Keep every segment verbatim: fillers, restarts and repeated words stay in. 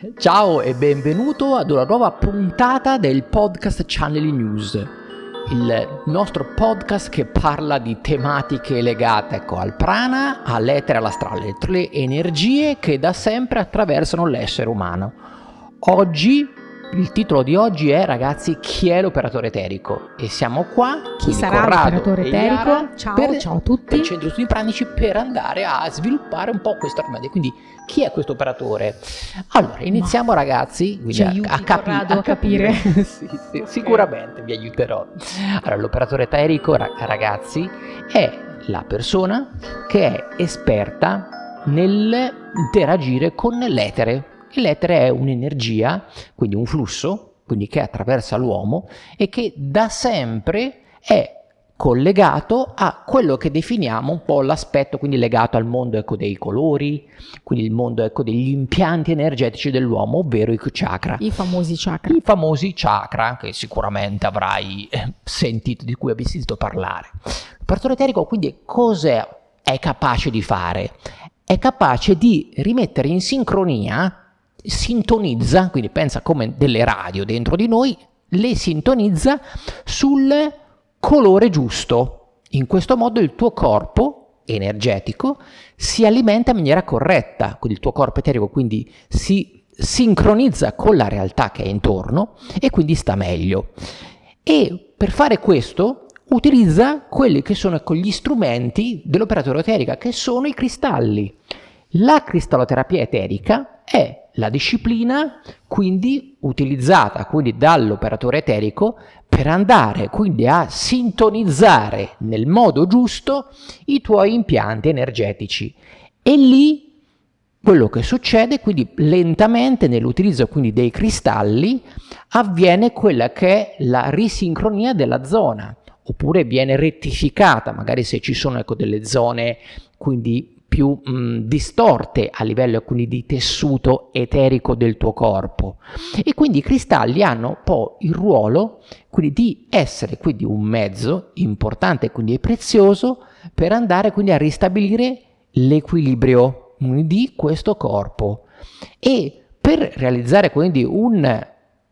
Ciao e benvenuto ad una nuova puntata del podcast Channeling News, il nostro podcast che parla di tematiche legate ecco, al prana, all'etere, all'astrale, tutte le energie che da sempre attraversano l'essere umano. Oggi, il titolo di oggi è, ragazzi, chi è l'operatore eterico? E siamo qua, chi sarà l'operatore eterico? Ciao, per, ciao a tutti. Per Centro Studi Pranici per andare a sviluppare un po' questo argomento. Quindi, chi è questo operatore? Allora, iniziamo, Ma ragazzi, ci a, aiuti, a, capi- a, a capire. sì, sì, okay. Sicuramente vi aiuterò. Allora, l'operatore eterico, ragazzi, è la persona che è esperta nell'interagire con l'etere. L'etere è un'energia, quindi un flusso, quindi che attraversa l'uomo e che da sempre è collegato a quello che definiamo un po' l'aspetto, quindi legato al mondo ecco, dei colori, quindi il mondo ecco, degli impianti energetici dell'uomo, ovvero i chakra. I famosi chakra. I famosi chakra, che sicuramente avrai sentito, di cui avessi sentito parlare. L'operatore eterico quindi cosa è capace di fare? È capace di rimettere in sincronia, sintonizza, quindi pensa come delle radio dentro di noi, le sintonizza sul colore giusto. In questo modo il tuo corpo energetico si alimenta in maniera corretta, quindi il tuo corpo eterico quindi si sincronizza con la realtà che è intorno e quindi sta meglio. E per fare questo utilizza quelli che sono ecco, gli strumenti dell'operatore eterica, che sono i cristalli. La cristalloterapia eterica è la disciplina quindi utilizzata quindi dall'operatore eterico per andare quindi a sintonizzare nel modo giusto i tuoi impianti energetici. E lì quello che succede quindi lentamente nell'utilizzo quindi dei cristalli avviene quella che è la risincronia della zona, oppure viene rettificata magari se ci sono ecco, delle zone quindi più mh, distorte a livello quindi di tessuto eterico del tuo corpo. E quindi i cristalli hanno un po' il ruolo quindi di essere quindi un mezzo importante quindi e prezioso per andare quindi a ristabilire l'equilibrio di questo corpo. E per realizzare quindi un,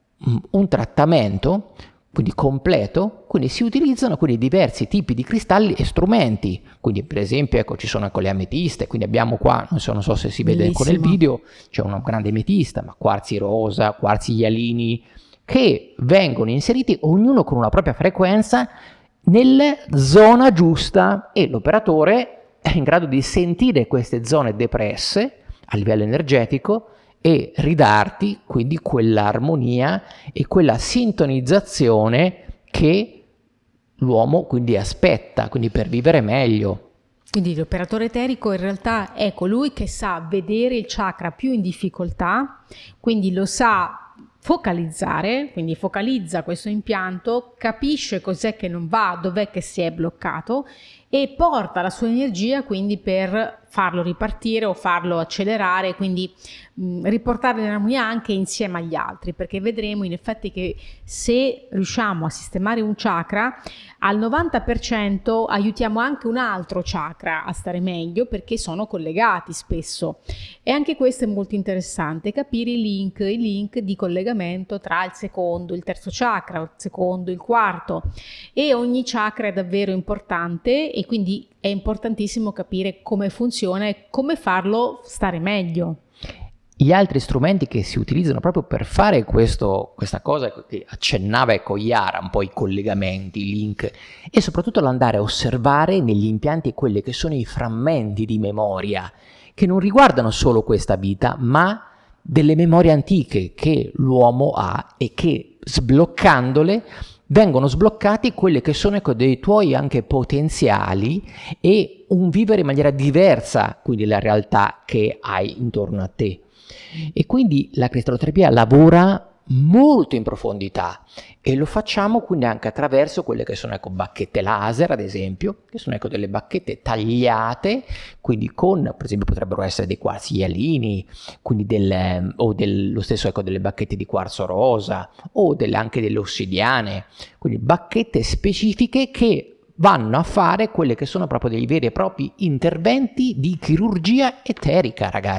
un trattamento quindi completo, quindi si utilizzano quindi diversi tipi di cristalli e strumenti, quindi per esempio ecco ci sono ecco, le ametiste, quindi abbiamo qua, non so, non so se si vede con il video, c'è una grande ametista, ma quarzi rosa, quarzi ialini, che vengono inseriti ognuno con una propria frequenza nella zona giusta e l'operatore è in grado di sentire queste zone depresse a livello energetico e ridarti quindi quell'armonia e quella sintonizzazione che l'uomo quindi aspetta, quindi per vivere meglio. Quindi l'operatore eterico in realtà è colui che sa vedere il chakra più in difficoltà, quindi lo sa focalizzare, quindi focalizza questo impianto, capisce cos'è che non va, dov'è che si è bloccato e porta la sua energia quindi per farlo ripartire o farlo accelerare, quindi mh, riportarlo in armonia anche insieme agli altri, perché vedremo in effetti che se riusciamo a sistemare un chakra al novanta per cento aiutiamo anche un altro chakra a stare meglio, perché sono collegati spesso. E anche questo è molto interessante, capire i link, i link di collegamento tra il secondo, il terzo chakra, il secondo, il quarto, e ogni chakra è davvero importante e quindi è importantissimo capire come funziona e come farlo stare meglio. Gli altri strumenti che si utilizzano proprio per fare questo, questa cosa che accennava ecco Yara, un po' i collegamenti, i link, e soprattutto l'andare a osservare negli impianti quelli che sono i frammenti di memoria, che non riguardano solo questa vita, ma delle memorie antiche che l'uomo ha e che sbloccandole vengono sbloccati quelli che sono ecco, dei tuoi anche potenziali e un vivere in maniera diversa, quindi la realtà che hai intorno a te. E quindi la cristalloterapia lavora molto in profondità e lo facciamo quindi anche attraverso quelle che sono ecco, bacchette laser, ad esempio, che sono ecco, delle bacchette tagliate, quindi con, per esempio, potrebbero essere dei quarzi ialini, quindi del, o del, lo stesso ecco, delle bacchette di quarzo rosa o delle, anche delle ossidiane, quindi bacchette specifiche che vanno a fare quelle che sono proprio dei veri e propri interventi di chirurgia eterica, ragazzi.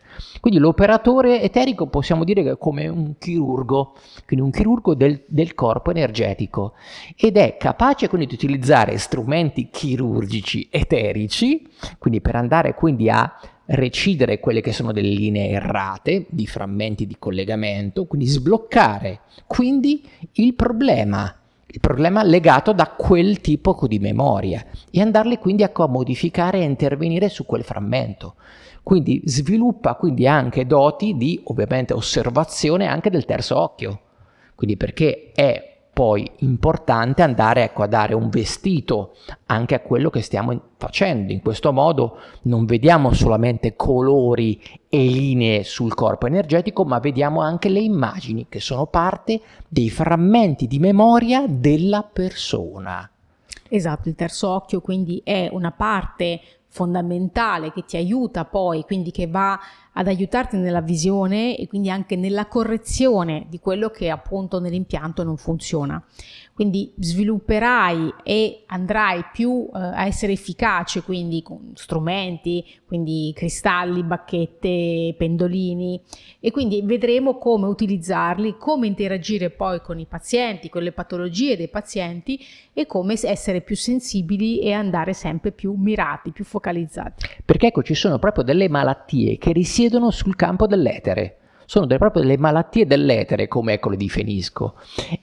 Quindi l'operatore eterico possiamo dire che è come un chirurgo, quindi un chirurgo del, del corpo energetico, ed è capace quindi di utilizzare strumenti chirurgici eterici, quindi per andare quindi a recidere quelle che sono delle linee errate, di frammenti di collegamento, quindi sbloccare quindi il problema, il problema legato da quel tipo di memoria e andarli quindi a modificare e intervenire su quel frammento. Quindi sviluppa quindi anche doti di ovviamente osservazione anche del terzo occhio, quindi perché è poi importante andare ecco, a dare un vestito anche a quello che stiamo facendo. In questo modo non vediamo solamente colori e linee sul corpo energetico, ma vediamo anche le immagini che sono parte dei frammenti di memoria della persona. Esatto, il terzo occhio quindi è una parte fondamentale che ti aiuta poi, quindi che va ad aiutarti nella visione e quindi anche nella correzione di quello che appunto nell'impianto non funziona. Quindi svilupperai e andrai più eh, a essere efficace quindi con strumenti, quindi cristalli, bacchette, pendolini, e quindi vedremo come utilizzarli, come interagire poi con i pazienti, con le patologie dei pazienti e come essere più sensibili e andare sempre più mirati, più focalizzati. Perché ecco ci sono proprio delle malattie che risiedono sul campo dell'etere, sono delle, proprio delle malattie dell'etere come ecco le definisco,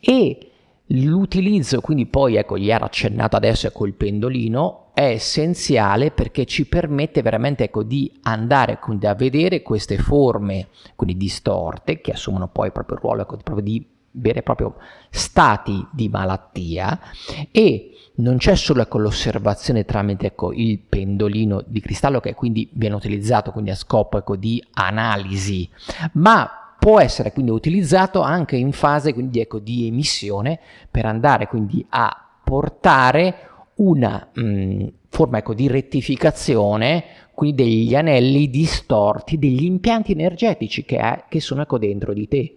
e l'utilizzo quindi poi ecco gli era accennato adesso ecco il pendolino è essenziale perché ci permette veramente ecco di andare quindi a vedere queste forme quindi distorte che assumono poi proprio il ruolo ecco, proprio di veri e propri stati di malattia, e non c'è solo ecco, l'osservazione tramite ecco, il pendolino di cristallo che quindi viene utilizzato quindi a scopo ecco, di analisi, ma può essere quindi utilizzato anche in fase quindi ecco, di emissione per andare quindi a portare una mh, forma ecco, di rettificazione quindi degli anelli distorti, degli impianti energetici che, è, che sono ecco, dentro di te.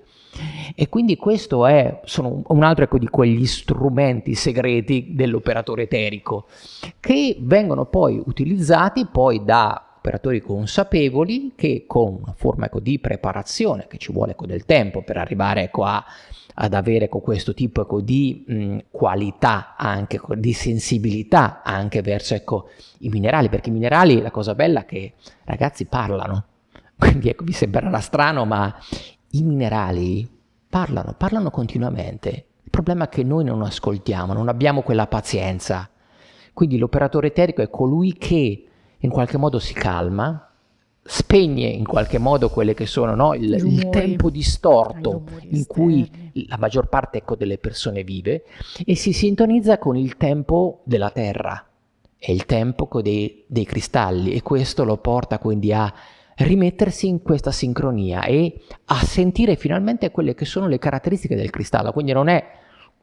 E quindi questo è sono un altro ecco, di quegli strumenti segreti dell'operatore eterico che vengono poi utilizzati poi da operatori consapevoli che con una forma ecco, di preparazione che ci vuole ecco, del tempo per arrivare ecco, a, ad avere ecco, questo tipo ecco, di mh, qualità anche ecco, di sensibilità anche verso ecco, i minerali, perché i minerali la cosa bella è che ragazzi parlano, quindi ecco, vi sembrerà strano ma i minerali parlano, parlano continuamente. Il problema è che noi non ascoltiamo, non abbiamo quella pazienza. Quindi l'operatore eterico è colui che in qualche modo si calma, spegne in qualche modo quelle che sono no, il, il tempo distorto in cui la maggior parte ecco, delle persone vive e si sintonizza con il tempo della terra e il tempo dei, dei cristalli, e questo lo porta quindi a rimettersi in questa sincronia e a sentire finalmente quelle che sono le caratteristiche del cristallo. Quindi non è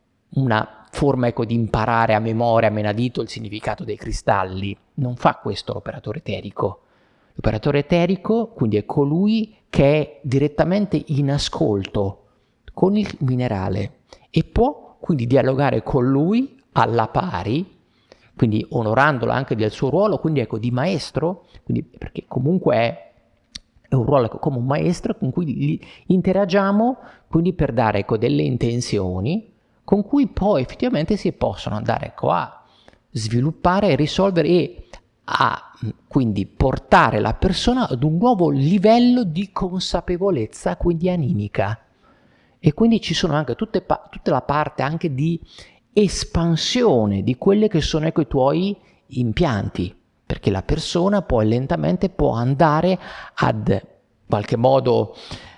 una forma ecco, di imparare a memoria, a menadito il significato dei cristalli, non fa questo l'operatore eterico. L'operatore eterico quindi è colui che è direttamente in ascolto con il minerale e può quindi dialogare con lui alla pari, quindi onorandolo anche del suo ruolo, quindi ecco di maestro, quindi, perché comunque è è un ruolo come un maestro con cui interagiamo quindi per dare ecco, delle intenzioni con cui poi effettivamente si possono andare ecco, a sviluppare, risolvere e a quindi portare la persona ad un nuovo livello di consapevolezza quindi animica. E quindi ci sono anche tutte, tutta la parte anche di espansione di quelle che sono ecco, i tuoi impianti, perché la persona poi lentamente può andare ad in qualche modo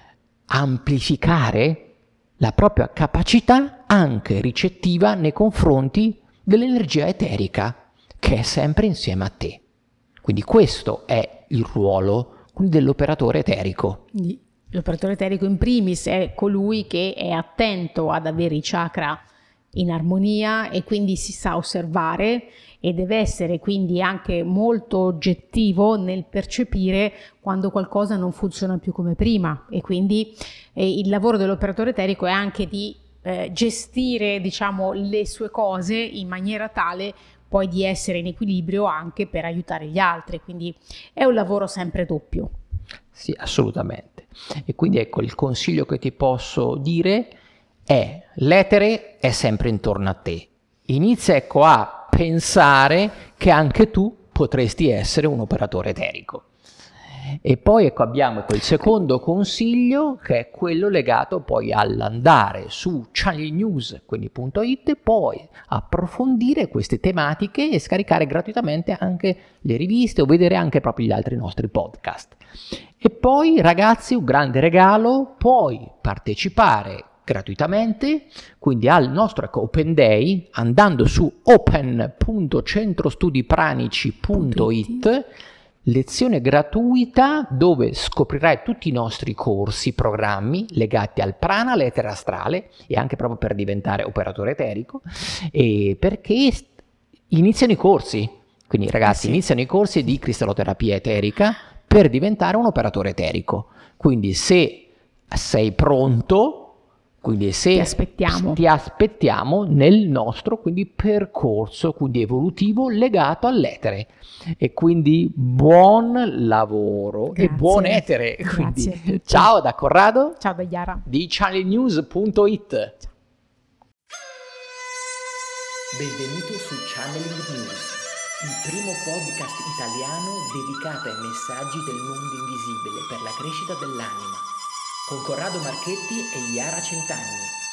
amplificare la propria capacità anche ricettiva nei confronti dell'energia eterica che è sempre insieme a te. Quindi questo è il ruolo dell'operatore eterico. L'operatore eterico in primis è colui che è attento ad avere i chakra in armonia e quindi si sa osservare e deve essere quindi anche molto oggettivo nel percepire quando qualcosa non funziona più come prima, e quindi eh, il lavoro dell'operatore eterico è anche di eh, gestire diciamo le sue cose in maniera tale poi di essere in equilibrio anche per aiutare gli altri, quindi è un lavoro sempre doppio. Sì, assolutamente. E quindi ecco, il consiglio che ti posso dire è: l'etere è sempre intorno a te. Inizia ecco a pensare che anche tu potresti essere un operatore eterico. E poi ecco abbiamo ecco, il secondo consiglio, che è quello legato poi all'andare su channeling news punto it, poi approfondire queste tematiche e scaricare gratuitamente anche le riviste o vedere anche proprio gli altri nostri podcast. E poi ragazzi, un grande regalo: puoi partecipare gratuitamente quindi al nostro ecco, Open Day andando su open punto centrostudipranici punto it, lezione gratuita dove scoprirai tutti i nostri corsi, programmi legati al prana, all'etere astrale e anche proprio per diventare operatore eterico, e perché iniziano i corsi. Quindi ragazzi, eh sì. iniziano i corsi di cristalloterapia eterica per diventare un operatore eterico. Quindi se sei pronto, quindi se ti aspettiamo. ti aspettiamo nel nostro quindi percorso quindi evolutivo legato all'etere. E quindi buon lavoro. Grazie. E buon etere. Quindi, ciao da Corrado. Ciao da Chiara. Di channeling news punto it. Benvenuto su Channeling News, il primo podcast italiano dedicato ai messaggi del mondo invisibile per la crescita dell'anima, con Corrado Marchetti e Chiara Centanni.